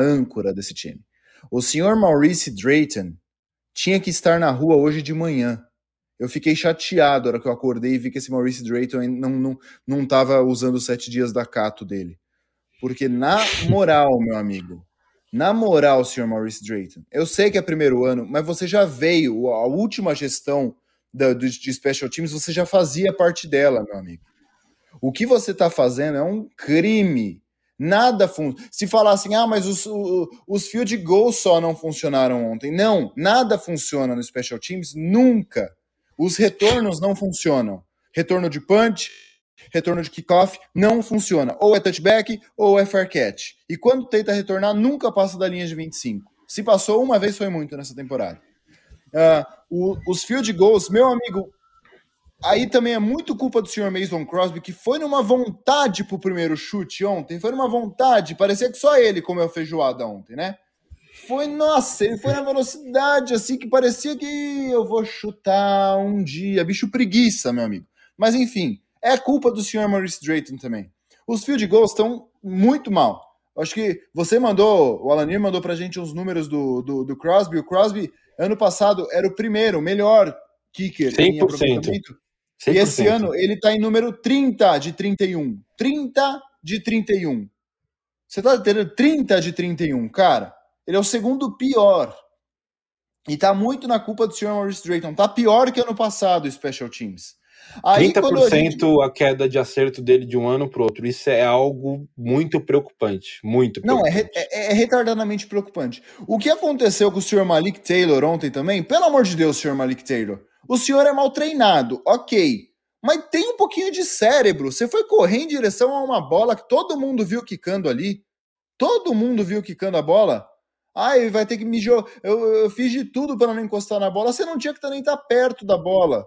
O senhor Maurice Drayton tinha que estar na rua hoje de manhã. Eu fiquei chateado na hora que eu acordei e vi que esse Maurice Drayton não estava usando os 7 dias da Cato dele. Porque na moral, meu amigo, senhor Maurice Drayton, eu sei que é primeiro ano, mas você já veio, a última gestão de Special Teams, você já fazia parte dela, meu amigo. O que você está fazendo é um crime. Nada funciona. Se falar assim, mas os field goals só não funcionaram ontem. Não, nada funciona no Special Teams, nunca. Os retornos não funcionam. Retorno de punch, retorno de kickoff, não funciona. Ou é touchback, ou é fair catch. E quando tenta retornar, nunca passa da linha de 25. Se passou uma vez, foi muito nessa temporada. Os field goals, meu amigo, aí também é muito culpa do senhor Mason Crosby, que foi numa vontade pro primeiro chute ontem, foi numa vontade, parecia que só ele comeu feijoada ontem, né? Ele foi na velocidade, assim, que parecia que eu vou chutar um dia, bicho preguiça, meu amigo. Mas enfim, é culpa do senhor Maurice Drayton também. Os field goals estão muito mal. Acho que o Alanir mandou pra gente os números do Crosby. O Crosby, ano passado, era o primeiro, melhor kicker 100%. em aproveitamento. 100%. E esse ano ele tá em número 30 de 31. 30 de 31. Você tá entendendo? 30 de 31, cara. Ele é o segundo pior. E tá muito na culpa do Sr. Maurice Drayton. Tá pior que ano passado o Special Teams. Aí, 30% a queda de acerto dele de um ano pro outro. Isso é algo muito preocupante. Muito preocupante. Não, é retardadamente preocupante. O que aconteceu com o Sr. Malik Taylor ontem também? Pelo amor de Deus, Sr. Malik Taylor. O senhor é mal treinado, ok. Mas tem um pouquinho de cérebro. Você foi correr em direção a uma bola que todo mundo viu quicando ali. Todo mundo viu quicando a bola. Ele vai ter que me jogar. Eu fiz de tudo para não encostar na bola. Você não tinha que nem estar perto da bola.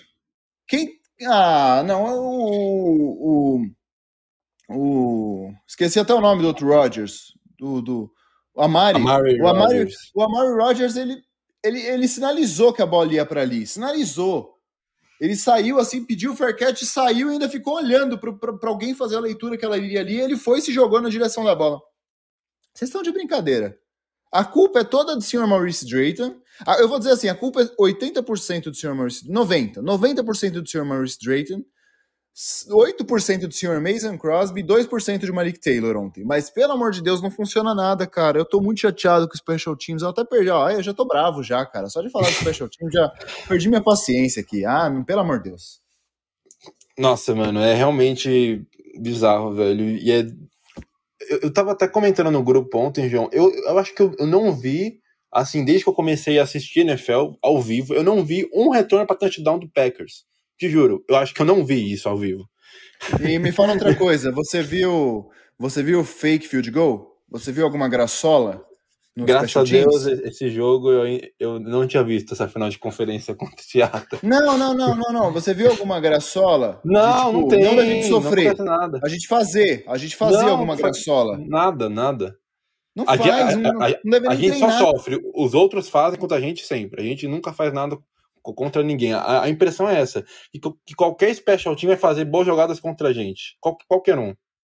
Esqueci até o nome do outro Rodgers. O Amari Rodgers, ele sinalizou que a bola ia para ali. Sinalizou. Ele saiu assim, pediu o fair catch, saiu e ainda ficou olhando para alguém fazer a leitura que ela iria ali. Ele foi e se jogou na direção da bola. Vocês estão de brincadeira. A culpa é toda do Sr. Maurice Drayton. Eu vou dizer assim, a culpa é 80% do Sr. Maurice... 90% do Sr. Maurice Drayton, 8% do Sr. Mason Crosby e 2% de Malik Taylor ontem. Mas, pelo amor de Deus, não funciona nada, cara. Eu tô muito chateado com o Special Teams. Eu até perdi... eu já tô bravo já, cara. Só de falar do Special Teams, já perdi minha paciência aqui. Pelo amor de Deus. Nossa, mano, é realmente bizarro, velho. E eu tava até comentando no grupo ontem, João. Eu acho que eu não vi assim, desde que eu comecei a assistir NFL ao vivo, eu não vi um retorno para touchdown do Packers. Te juro, eu acho que eu não vi isso ao vivo. E me fala outra coisa, você viu o fake field goal? Você viu alguma graçola no Graças a Special Deus, Teams? esse jogo eu não tinha visto essa final de conferência contra o Seattle. Não. Você viu alguma graçola? Não, não tem. Não da gente Não sofrer. acontece nada. A gente fazer alguma graçola. Nada. Não faz, não deve A nem gente só treinar. sofre. Os outros fazem contra a gente sempre. A gente nunca faz nada contra ninguém. A impressão é essa. Que qualquer special team vai fazer boas jogadas contra a gente. Qualquer um.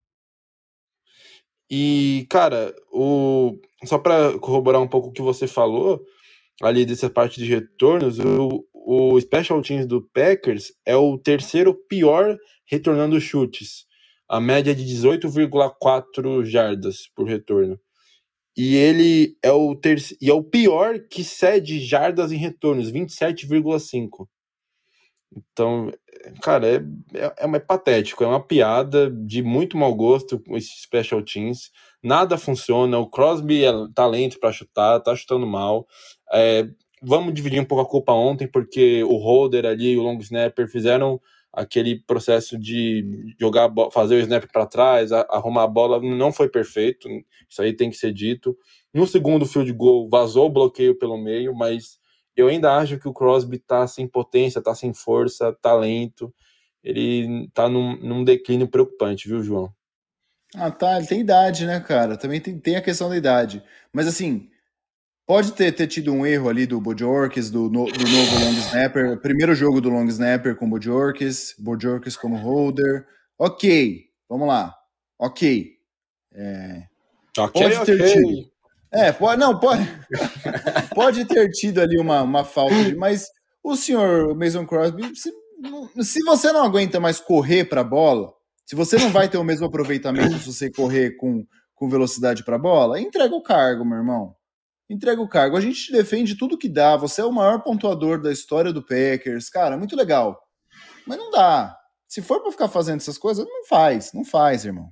E, cara, só para corroborar um pouco o que você falou, ali dessa parte de retornos, o special teams do Packers é o terceiro pior retornando chutes. A média é de 18,4 jardas por retorno. E ele é o pior que cede jardas em retornos, 27,5. Então, cara, é patético, é uma piada de muito mau gosto com esses special teams. Nada funciona, o Crosby é talento para chutar, tá chutando mal. Vamos dividir um pouco a culpa ontem, porque o holder ali e o long snapper fizeram aquele processo de jogar, fazer o snap para trás, arrumar a bola, não foi perfeito, isso aí tem que ser dito. No segundo field goal, vazou o bloqueio pelo meio, mas eu ainda acho que o Crosby tá sem potência, tá sem força, talento, ele tá num declínio preocupante, viu, João? Ah, tá, ele tem idade, né, cara? Também tem a questão da idade. Mas assim, pode ter tido um erro ali do Bojorquez, do novo long snapper, primeiro jogo do long snapper com Bojorquez como holder. Ok, vamos lá. Ok. Pode ter tido. Pode ter tido ali uma falta mas o senhor Mason Crosby, se você não aguenta mais correr para a bola, se você não vai ter o mesmo aproveitamento se você correr com velocidade para a bola, entrega o cargo, meu irmão. Entrega o cargo. A gente te defende tudo que dá. Você é o maior pontuador da história do Packers. Cara, muito legal. Mas não dá. Se for para ficar fazendo essas coisas, não faz, irmão.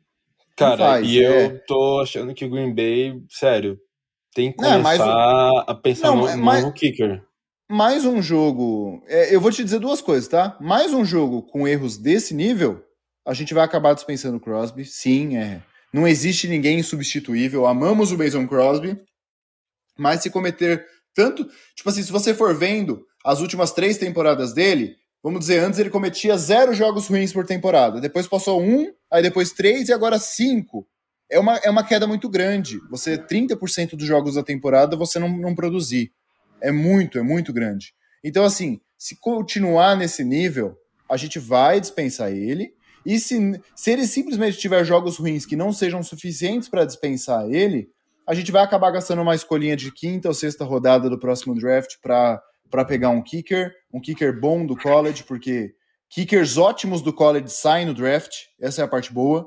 Cara, eu tô achando que o Green Bay, sério, tem que começar a pensar no kicker. Mais um jogo... eu vou te dizer duas coisas, tá? Mais um jogo com erros desse nível, a gente vai acabar dispensando o Crosby. Sim, não existe ninguém insubstituível. Amamos o Mason Crosby. Mas se cometer tanto... Tipo assim, se você for vendo as últimas 3 temporadas dele, vamos dizer, antes ele cometia 0 jogos ruins por temporada. Depois passou 1, aí depois 3 e agora 5. É uma queda muito grande. 30% dos jogos da temporada você não produzir. É muito grande. Então, assim, se continuar nesse nível, a gente vai dispensar ele. E se ele simplesmente tiver jogos ruins que não sejam suficientes para dispensar ele, a gente vai acabar gastando uma escolhinha de 5ª ou 6ª rodada do próximo draft para pegar um kicker bom do college, porque kickers ótimos do college saem no draft, essa é a parte boa.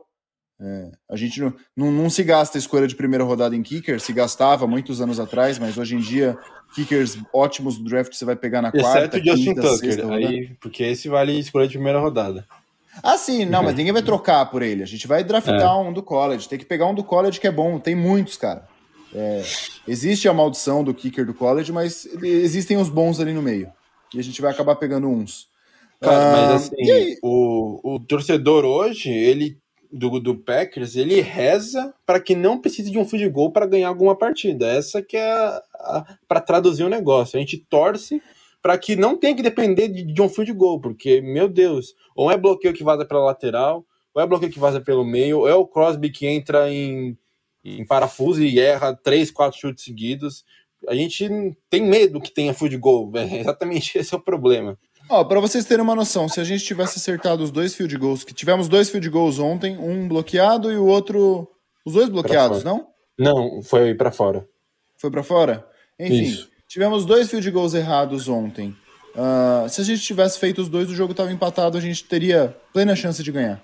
A gente não se gasta a escolha de primeira rodada em kicker, se gastava muitos anos atrás, mas hoje em dia, kickers ótimos do draft você vai pegar na 4ª, exceto o Justin 5ª, Tucker, 6ª rodada. aí, porque esse vale escolha de primeira rodada. Ah, sim, não, mas ninguém vai trocar por ele. A gente vai draftar um do college. Tem que pegar um do college que é bom. Tem muitos, cara. Existe a maldição do kicker do college, mas existem os bons ali no meio. E a gente vai acabar pegando uns. Cara, mas assim, o torcedor hoje, ele do Packers, ele reza para que não precise de um field goal para ganhar alguma partida. Essa que é para traduzir o negócio. A gente torce para que não tenha que depender de um field goal, porque, meu Deus, ou é bloqueio que vaza pela lateral, ou é bloqueio que vaza pelo meio, ou é o Crosby que entra em parafuso e erra 3, 4 chutes seguidos. A gente tem medo que tenha field goal, exatamente esse é o problema. Para vocês terem uma noção, se a gente tivesse acertado os 2 field goals, que tivemos 2 field goals ontem, um bloqueado e o outro... Os 2 bloqueados, não? Não, foi para fora. Foi para fora? Enfim, isso. Tivemos 2 field goals errados ontem. Se a gente tivesse feito os 2, o jogo estava empatado, a gente teria plena chance de ganhar.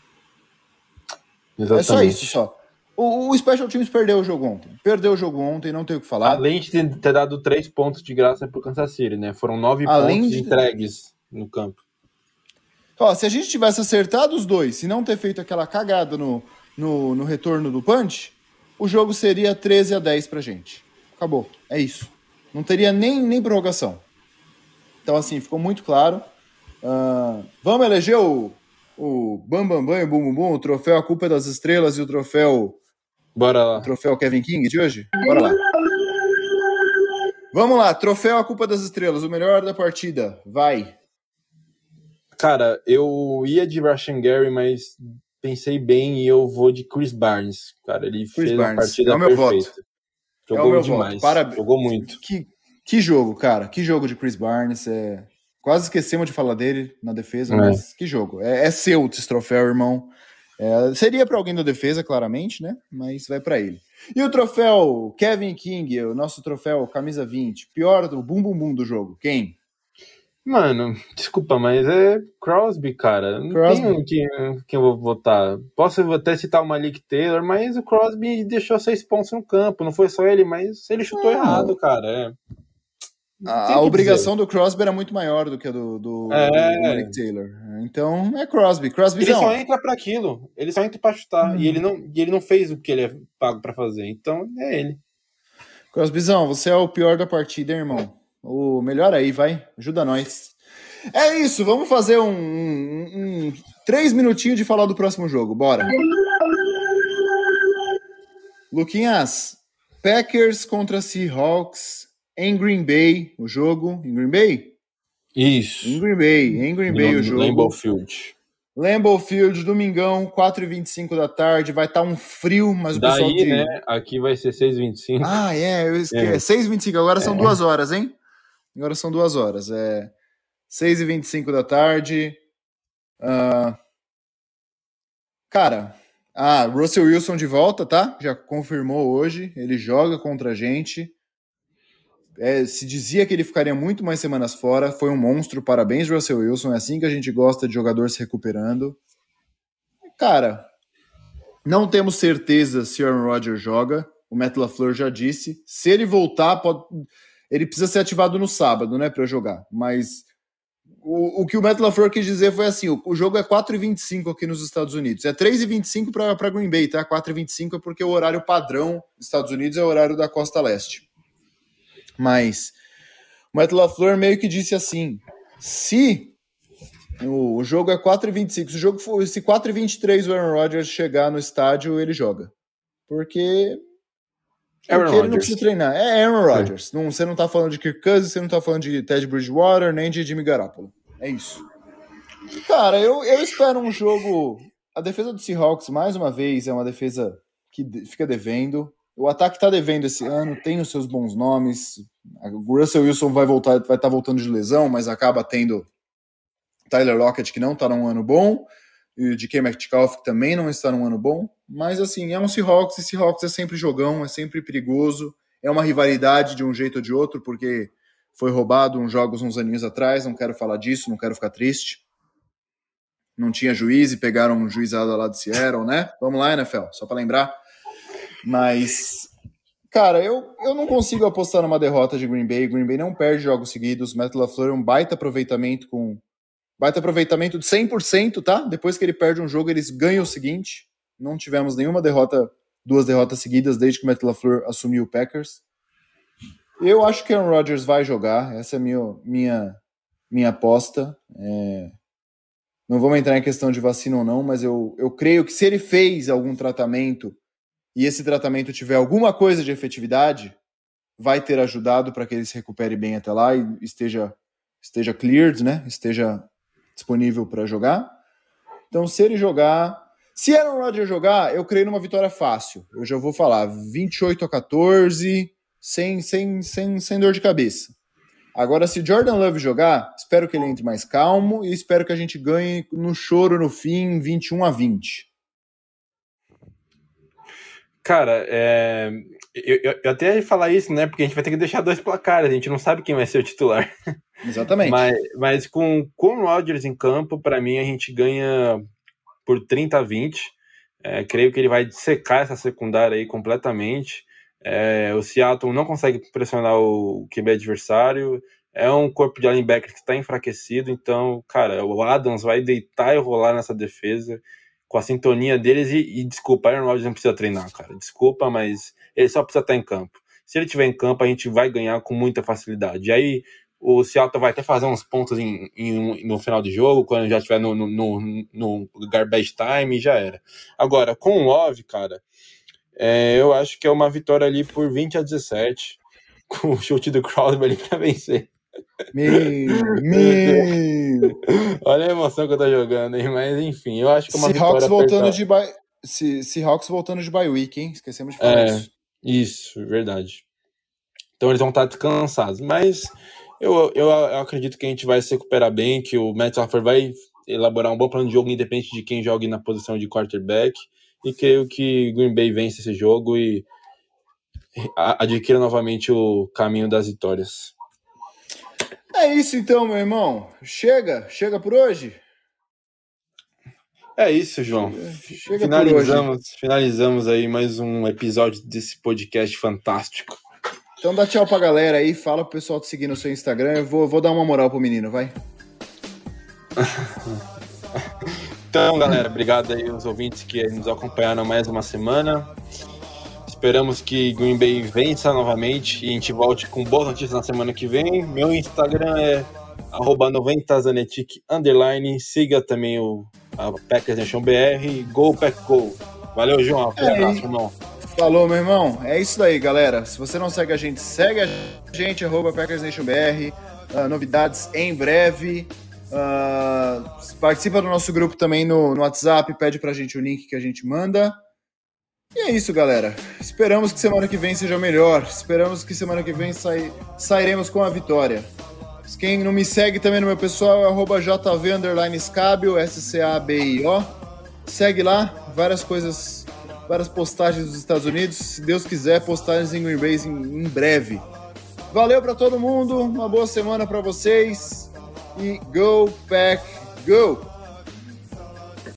Exatamente. É só isso, só. O Special Teams perdeu o jogo ontem, não tem o que falar. Além de ter dado 3 pontos de graça pro Kansas City, né? Foram 9 pontos entregues no campo. Se a gente tivesse acertado os 2, se não ter feito aquela cagada no retorno do punch, o jogo seria 13-10 pra gente. Acabou. É isso. Não teria nem prorrogação. Então, assim, ficou muito claro. Vamos eleger o Bam Bam Bam e o Bum Bum Bum, o troféu A Culpa é das Estrelas e o troféu... Bora lá. O troféu Kevin King de hoje? Bora lá. Vamos lá, troféu A Culpa das Estrelas, o melhor da partida. Vai. Cara, eu ia de Rashan Gary, mas pensei bem e eu vou de Chris Barnes. Cara, ele fez uma partida é o meu perfeita. voto. Jogou demais. Jogou muito. Que jogo, cara. Que jogo de Chris Barnes. Quase esquecemos de falar dele na defesa, mas que jogo. É seu esse troféu, irmão. Seria para alguém da defesa, claramente, né? Mas vai para ele. E o troféu Kevin King, o nosso troféu camisa 20, pior do bum bum bum do jogo, quem? Mano, desculpa, mas é Crosby, cara. Não Crosby. tenho quem eu vou votar. Posso até citar o Malik Taylor, mas o Crosby deixou 6 pontos no campo. Não foi só ele, mas ele chutou errado, cara. A obrigação do Crosby era muito maior do que a do Malik Taylor. Então é Crosby. Ele só entra pra aquilo. Ele só entra pra chutar. E ele não fez o que ele é pago pra fazer. Então é ele. Crosbyzão, você é o pior da partida, hein, irmão? O melhor aí, vai. Ajuda nós. É isso, vamos fazer 3 minutinhos de falar do próximo jogo. Bora. Luquinhas, Packers contra Seahawks em Green Bay, o jogo. Em Green Bay? Isso. Em Green Bay o jogo. Lambeau Field, domingão, 4h25 da tarde. Vai estar um frio, mas o pessoal né? Aqui vai ser 6h25. Ah, eu esqueci. 6h25, agora são 2 horas, hein? Agora são 2 horas. 6h25 da tarde. Cara, Russell Wilson de volta, tá? Já confirmou hoje. Ele joga contra a gente. Se dizia que ele ficaria muito mais semanas fora. Foi um monstro. Parabéns, Russell Wilson. É assim que a gente gosta de jogador se recuperando. Cara, não temos certeza se o Aaron Rodgers joga. O Matt LaFleur já disse. Se ele voltar, ele precisa ser ativado no sábado, né, para jogar. Mas o que o Matt LaFleur quis dizer foi assim, o jogo é 4h25 aqui nos Estados Unidos. É 3h25 para Green Bay, tá? 4h25 é porque o horário padrão dos Estados Unidos é o horário da Costa Leste. Mas o Matt LaFleur meio que disse assim, se o jogo é 4h25, se 4h23 o Aaron Rodgers chegar no estádio, ele joga. Porque ele não precisa treinar. É Aaron Rodgers. Você não tá falando de Kirk Cousins, você não tá falando de Teddy Bridgewater, nem de Jimmy Garoppolo. É isso. Cara, eu espero um jogo... A defesa do Seahawks, mais uma vez, é uma defesa que fica devendo. O ataque tá devendo esse ano, tem os seus bons nomes. O Russell Wilson vai estar voltando de lesão, mas acaba tendo Tyler Lockett, que não tá num ano bom, e o DK Metcalf, que também não está num ano bom. Mas, assim, é um Seahawks, e Seahawks é sempre jogão, é sempre perigoso. É uma rivalidade de um jeito ou de outro, porque foi roubado uns jogos uns aninhos atrás, não quero falar disso, não quero ficar triste. Não tinha juiz e pegaram um juizado lá de Seattle, né? Vamos lá, NFL, só para lembrar. Mas, cara, eu não consigo apostar numa derrota de Green Bay. Green Bay não perde jogos seguidos. Matt LaFleur é um baita aproveitamento de 100%, tá? Depois que ele perde um jogo, eles ganham o seguinte. Não tivemos nenhuma duas derrotas seguidas desde que o Matt LaFleur assumiu o Packers. Eu acho que Aaron Rodgers vai jogar. Essa é a minha aposta. Não vamos entrar em questão de vacina ou não, mas eu creio que se ele fez algum tratamento e esse tratamento tiver alguma coisa de efetividade, vai ter ajudado para que ele se recupere bem até lá e esteja cleared, né? Esteja disponível para jogar. Então, se ele jogar... Se Aaron Rodgers jogar, eu creio numa vitória fácil. Eu já vou falar 28-14, sem dor de cabeça. Agora, se Jordan Love jogar, espero que ele entre mais calmo e espero que a gente ganhe no choro no fim, 21-20. Cara, eu até ia falar isso, né? Porque a gente vai ter que deixar 2 placares, a gente não sabe quem vai ser o titular. Exatamente. Mas com o Rodgers em campo, para mim, a gente ganha por 30-20. Creio que ele vai secar essa secundária aí completamente. O Seattle não consegue pressionar o QB adversário. É um corpo de linebacker que está enfraquecido. Então, cara, o Adams vai deitar e rolar nessa defesa com a sintonia deles. E desculpa, Aaron Rodgers não precisa treinar, cara. Desculpa, mas ele só precisa estar em campo. se ele estiver em campo, a gente vai ganhar com muita facilidade. E aí o Seattle vai até fazer uns pontos no final do jogo, quando já estiver no garbage time, e já era. Agora, com o Love, cara, eu acho que é uma vitória ali por 20-17, com o chute do Crowder ali pra vencer. Olha a emoção que eu tô jogando, hein? Mas enfim, eu acho que é uma Seahawks vitória Seahawks voltando de bye week, hein? Esquecemos de falar isso. Isso, verdade. Então eles vão estar descansados, mas eu acredito que a gente vai se recuperar bem, que o Matt Stafford vai elaborar um bom plano de jogo, independente de quem jogue na posição de quarterback, e creio que Green Bay vence esse jogo e adquira novamente o caminho das vitórias. É isso então, meu irmão. Chega por hoje. É isso, João. Chega por hoje. Finalizamos aí mais um episódio desse podcast fantástico. Então dá tchau pra galera aí, fala pro pessoal te seguir no seu Instagram. Eu vou dar uma moral pro menino, vai. Então, galera, obrigado aí aos ouvintes que nos acompanharam mais uma semana. Esperamos que Green Bay vença novamente e a gente volte com boas notícias na semana que vem. Meu Instagram é @90zanetic_. Siga também a Packers Nation BR. Go Pack Go. Valeu, João. Abraço, irmão. Falou, meu irmão. É isso daí, galera. Se você não segue a gente, segue a gente, @PackersNationBR. Novidades em breve. Participa do nosso grupo também no WhatsApp, pede pra gente o link que a gente manda. E é isso, galera. Esperamos que semana que vem seja melhor. Esperamos que semana que vem sairemos com a vitória. Quem não me segue também no meu pessoal é @JV_Scabio, SCABIO. Segue lá, várias postagens dos Estados Unidos. Se Deus quiser, postagens em Green Bay em breve. Valeu pra todo mundo, uma boa semana pra vocês. E Go Pack Go!